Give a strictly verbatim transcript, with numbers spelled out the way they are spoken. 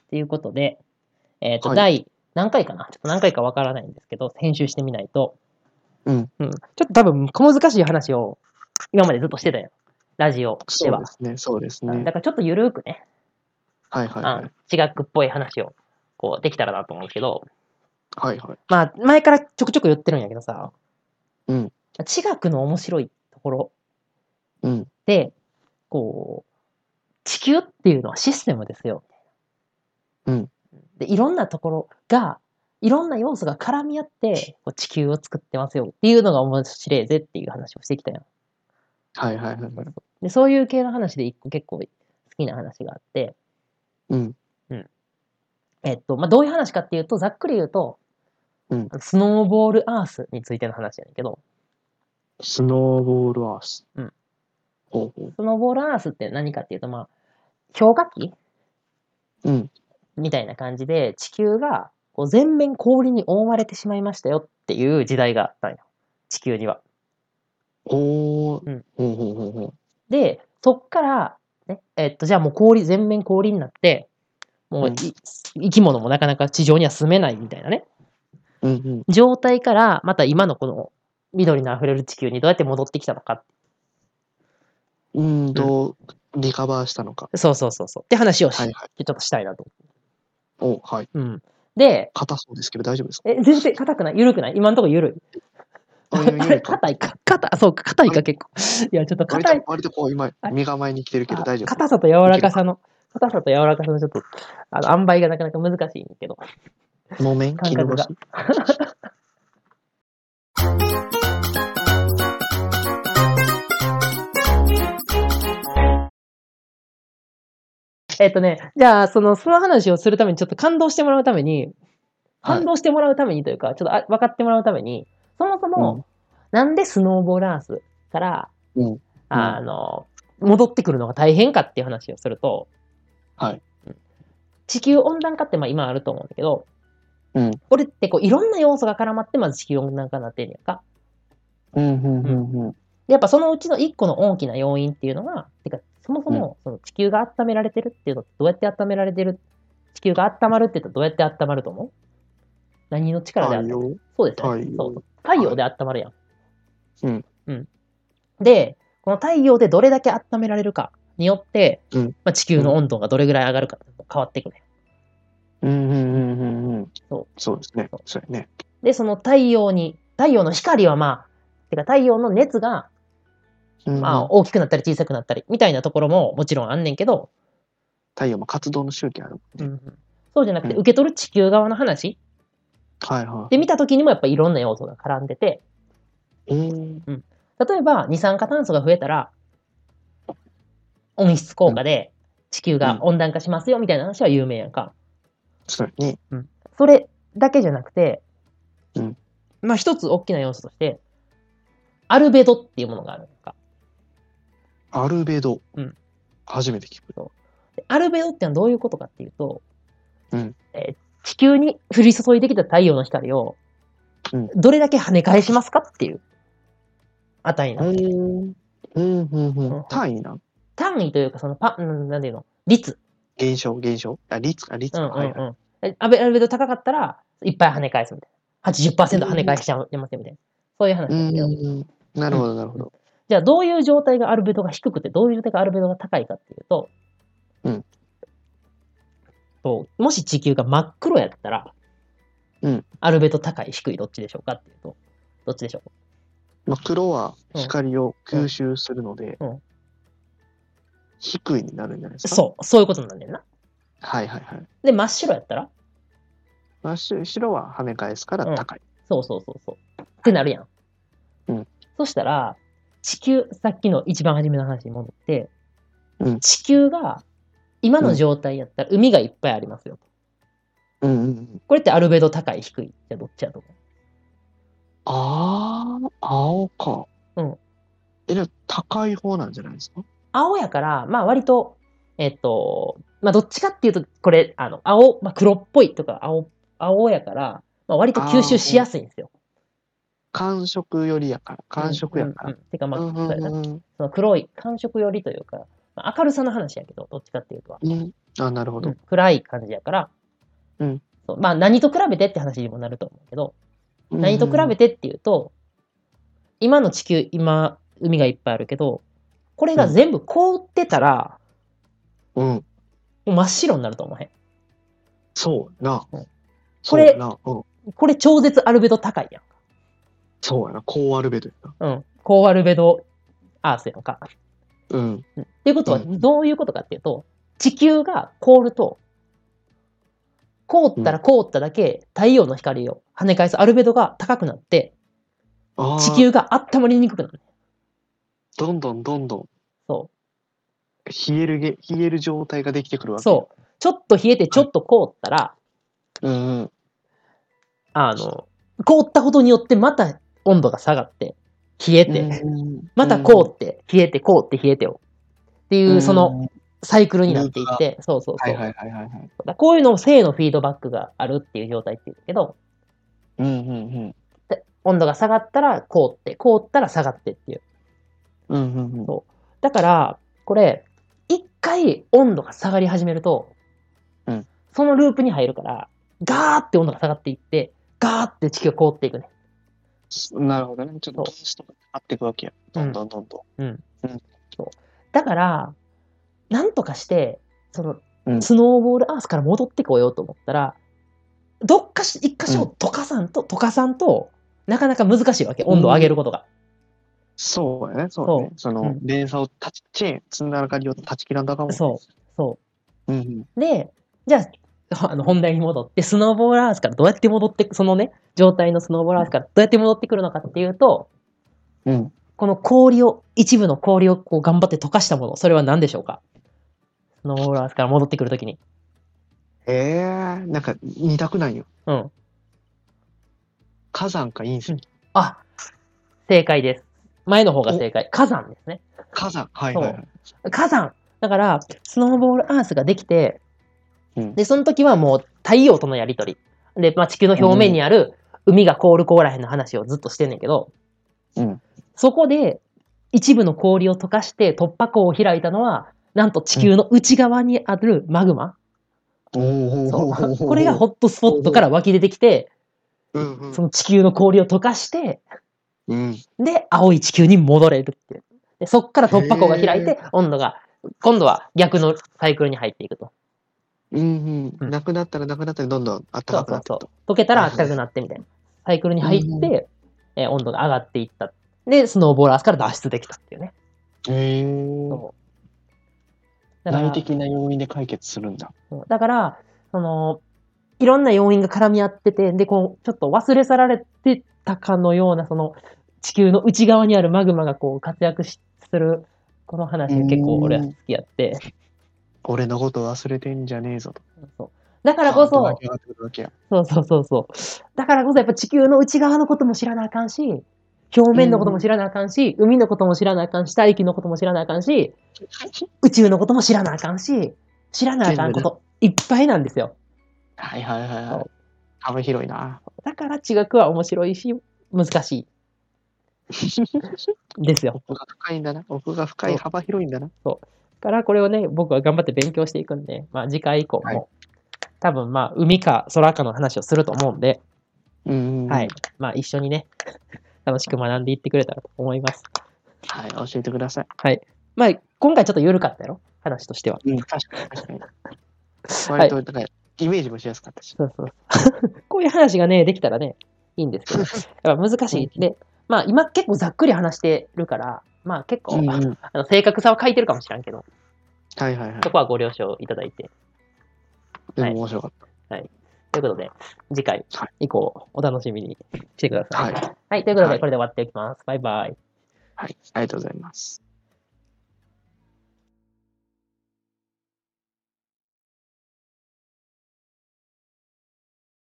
っていうことで、えっと、 はい第何回かなちょっと何回かわからないんですけど、編集してみないと。 うん。 うん。ちょっと多分、小難しい話を今までずっとしてたよ。ラジオでは。 そうですね、そうですうんね。 だからちょっとゆるくね、 はいはいはあい。 地学っぽい話をこうできたらなと思うんですけど、 はいはい。 まあ、前からちょくちょく言ってるんやけどさ、 うん。 地学の面白いところうん。 で、こう、地球っていうのはシステムですよ。 うん。 で、いろんなところが、いろんな要素が絡み合って、こう地球を作ってますよっていうのが面白いぜっていう話をしてきたよ。 はいはいはいはい。 で、そういう系の話で一個結構好きな話があって、 うん。 うん。えっと、まあ、どういう話かっていうと、ざっくり言うと、 うん。 スノーボールアースについての話やねんけど、 スノーボールアース。 うん。 ほうほう。 スノーボールアースって何かっていうと、まあ、氷河期うん。 みたいな感じで、地球がこう全面氷に覆われてしまいましたよっていう時代があったんよ。地球には。 ほう。 うん。 ほうほうほうほう。 で、そっから、ね、えっと、じゃあもう氷、全面氷になって、もうい、 うん生き物もなかなか地上には住めないみたいなね、 うんうん。 状態から、また今のこの緑の溢れる地球にどうやって戻ってきたのか。 うん、どうリカバーしたのか。 そうそうそうそう。って話をし、 はいはい。 ちょっとしたいなと。 お、はい。 うん。で、 硬そうですけど大丈夫ですか？ え、全然硬くない緩くない今のところ緩い。 あ、 あゆゆれいか。 硬いか硬そうか、硬いか結構。いや、ちょっと硬い割と、。割とこう今、身構えに来てるけど大丈夫。 硬さと柔らかさの、硬さと柔らかさのちょっと、あの、塩梅がなかなか難しいんだけど。 木綿感覚が。えっとね、じゃあ、その、その話をするために、ちょっと感動してもらうために、感動してもらうためにというか、ちょっとあ分かってもらうために、そもそも、うん、なんでスノーボールアースから、うん、あの、戻ってくるのが大変かっていう話をすると、 はい。 地球温暖化ってまあ今あると思うんだけど、 うん、 これってこういろんな要素が絡まってまず地球温暖化になってんねやんか。 うんうんうんうん、 やっぱそのうちの一個の大きな要因っていうのが、てかそもそもその地球が温められてるっていうのってどうやって温められてる、地球が温まるって言ったらどうやって温まると思う？何の力で温まる？そうですね。そうそう。太陽で温まるやん。 うん。 うん。で、この太陽でどれだけ温められるかによって、うん、まあ、地球の温度がどれぐらい上がるかって変わってくる。 うんうんうんうんうん。そう。そうですね。そうやね。 で、その太陽に、太陽の光はまあ、てか太陽の熱が、まあ大きくなったり小さくなったりみたいなところももちろんあんねんけど、 太陽も活動の周期あるもんね。 うん、そうじゃなくて、受け取る地球側の話、 はいはい。 で見たときにもやっぱいろんな要素が絡んでて、 うん、 例えば二酸化炭素が増えたら、温室効果で地球が温暖化しますよみたいな話は有名やんか。 そうね。 うん。それだけじゃなくて、 うん、 まあ一つ大きな要素として、アルベドっていうものがあるのか。 アルベド。 うん。 初めて聞く。 そうアルベドってのはどういうことかっていうと、 うんえー、地球に降り注いできた太陽の光を、どれだけ跳ね返しますかっていう値なんです。 うんうんうん。単位なの？ 単位というか、そのパ、なんていうの率。 現象、現象あ、率か、率か。うんうんうん。 はいはい。アベ、アルベド高かったら、いっぱい跳ね返すみたいな。はちじゅっパーセント 跳ね返しちゃいますよみたいな。そういう話ですけど。 なるほど、なるほど。 じゃあ、どういう状態がアルベドが低くて、どういう状態がアルベドが高いかっていうと、 うん。 もし地球が真っ黒やったら、 うん。 アルベド高い、低い、どっちでしょうかっていうと、どっちでしょう？ まあ、黒は光を吸収するので、うんうん、低いになるんじゃないですか？ そう、そういうことなんだよな。 はいはいはい。 で、真っ白やったら真っ白は跳ね返すから高い。 うん、そうそうそうそう。ってなるやん。 うん。 そしたら、地球、さっきの一番初めの話に戻って、 うん、 地球が今の状態やったら海がいっぱいありますよ。 うんうんうん、 これってアルベド高い、低い。じゃあどっちやと思う？ あー、青か。 うん。 え、でも高い方なんじゃないですか？ 青やから、まあ割と、えっと、まあどっちかっていうと、これ、あの、青、まあ黒っぽいとか青、青やから、まあ割と吸収しやすいんですよ。 寒色寄りやから、寒色やから。 うんうんうん、てかまあ、そうやな。その黒い寒色寄りというか、まあ、明るさの話やけど、どっちかっていうと。 うん、 あ、なるほど。 うん、暗い感じやから、 うん。 そうまあ何と比べてって話にもなると思うけど、 うん、 何と比べてっていうと、今の地球、今、海がいっぱいあるけど、これが全部凍ってたら、 うん。 もう真っ白になると思うへん。 そうな。 うん、こそうれ、 な。うん。 これ超絶アルベド高いやんか。 そうやな。高アルベドやな。うん。高アルベドアースやんか。 な。うん。 うん、っていうことは、どういうことかっていうと、地球が凍ると、凍ったら凍っただけ太陽の光を跳ね返すアルベドが高くなって、地球が温まりにくくなる。 どんどんどんどん。 そう。 冷えるげ、冷える状態ができてくるわけ。 そう。ちょっと冷えてちょっと凍ったら、 はい、うんうん。 あの、凍ったことによってまた温度が下がって、冷えて、また凍って、冷えて、凍って、冷えてよ。っていう、その、サイクルになっていって、そうそうそう。はいはいはいはい、はい。こういうのを正のフィードバックがあるっていう状態って言うんだけど、 うんうんうん。 で温度が下がったら凍って、凍ったら下がってっていう。 うんうんうん。 そう。だから、これ、一回温度が下がり始めると、うん、そのループに入るから、ガーって温度が下がっていって、ガーって地球が凍っていくね。 なるほどね。ちょっとどうしてもあっていくわけや。どんどんどんどん。うん。 うん。そう。だから、なんとかして、その、うん、スノーボールアースから戻ってこようと思ったら、どっかし、一箇所溶かさんと、うん、溶かさんと、なかなか難しいわけ。温度を上げることが。 そうやね、そうね。その、連鎖を断ち、チェーン、つながりを断ち切らんとあかんもんね。そう、そう。うんうん、で、じゃあ、あの、本題に戻って、スノーボールアースからどうやって戻ってく、そのね、状態のスノーボールアースからどうやって戻ってくるのかっていうと、うん。この氷を、一部の氷をこう頑張って溶かしたもの、それは何でしょうか？スノーボールアースから戻ってくるときに。ええー、なんか、二択なんよ。うん。火山か隕石。うん、 あ、正解です。前の方が正解。火山ですね。 火山。はいはいはい。 火山。だから、スノーボールアースができて、うん、で、その時はもう太陽とのやりとり。で、まあ、地球の表面にある海が凍る凍らへんの話をずっとしてんねんけど、うん、そこで一部の氷を溶かして突破口を開いたのは、なんと地球の内側にあるマグマ。うん、そうこれがホットスポットから湧き出てきて、うんうん、その地球の氷を溶かして、うん、で、青い地球に戻れるっていう。でそっから突破口が開いて、温度が、今度は逆のサイクルに入っていくと。 うんうん。なくなったらなくなったらどんどん暖かくなっていくと。そうそうそう。 溶けたら暖かくなってみたいな。サイクルに入って、うん、えー、温度が上がっていった。で、スノーボーラースから脱出できたっていうね。へー。そう。 内的な要因で解決するんだ。 だから、その、いろんな要因が絡み合ってて、で、こう、ちょっと忘れ去られてたかのような、その、地球の内側にあるマグマがこう活躍する、この話結構俺は好きやって。 俺のこと忘れてんじゃねえぞと。 そうだからこそ、そうそうそうそう。だからこそやっぱ地球の内側のことも知らなあかんし、表面のことも知らなあかんし、海のことも知らなあかんし、大気のことも知らなあかんし、宇宙のことも知らなあかんし、知らなあかんこといっぱいなんですよ。 はいはいはいはい。幅広いな。 だから地学は面白いし、難しい。ですよ。 奥が深いんだな。奥が深い、幅広いんだな。 そう。からこれをね、僕は頑張って勉強していくんで、まあ次回以降も、はい、多分まあ海か空かの話をすると思うんで、うんはい。まあ一緒にね、楽しく学んでいってくれたらと思います。 はい、教えてください。 はい。まあ今回ちょっと緩かったやろ話としては。 うん、確かに確かに。割と、だから、イメージもしやすかったし。 そうそう。こういう話がね、できたらね、いいんですけど、やっぱ難しい。で、まあ今結構ざっくり話してるから、まあ結構、うんうん、あの正確さは書いてるかもしれんけど、 はいはいはい。 そこはご了承いただいて。 でも面白かった。 はい。はい、ということで、次回以降、お楽しみにしてください。はい。はい、ということで、これで終わっていきます。バイバイ。 はい、ありがとうございます。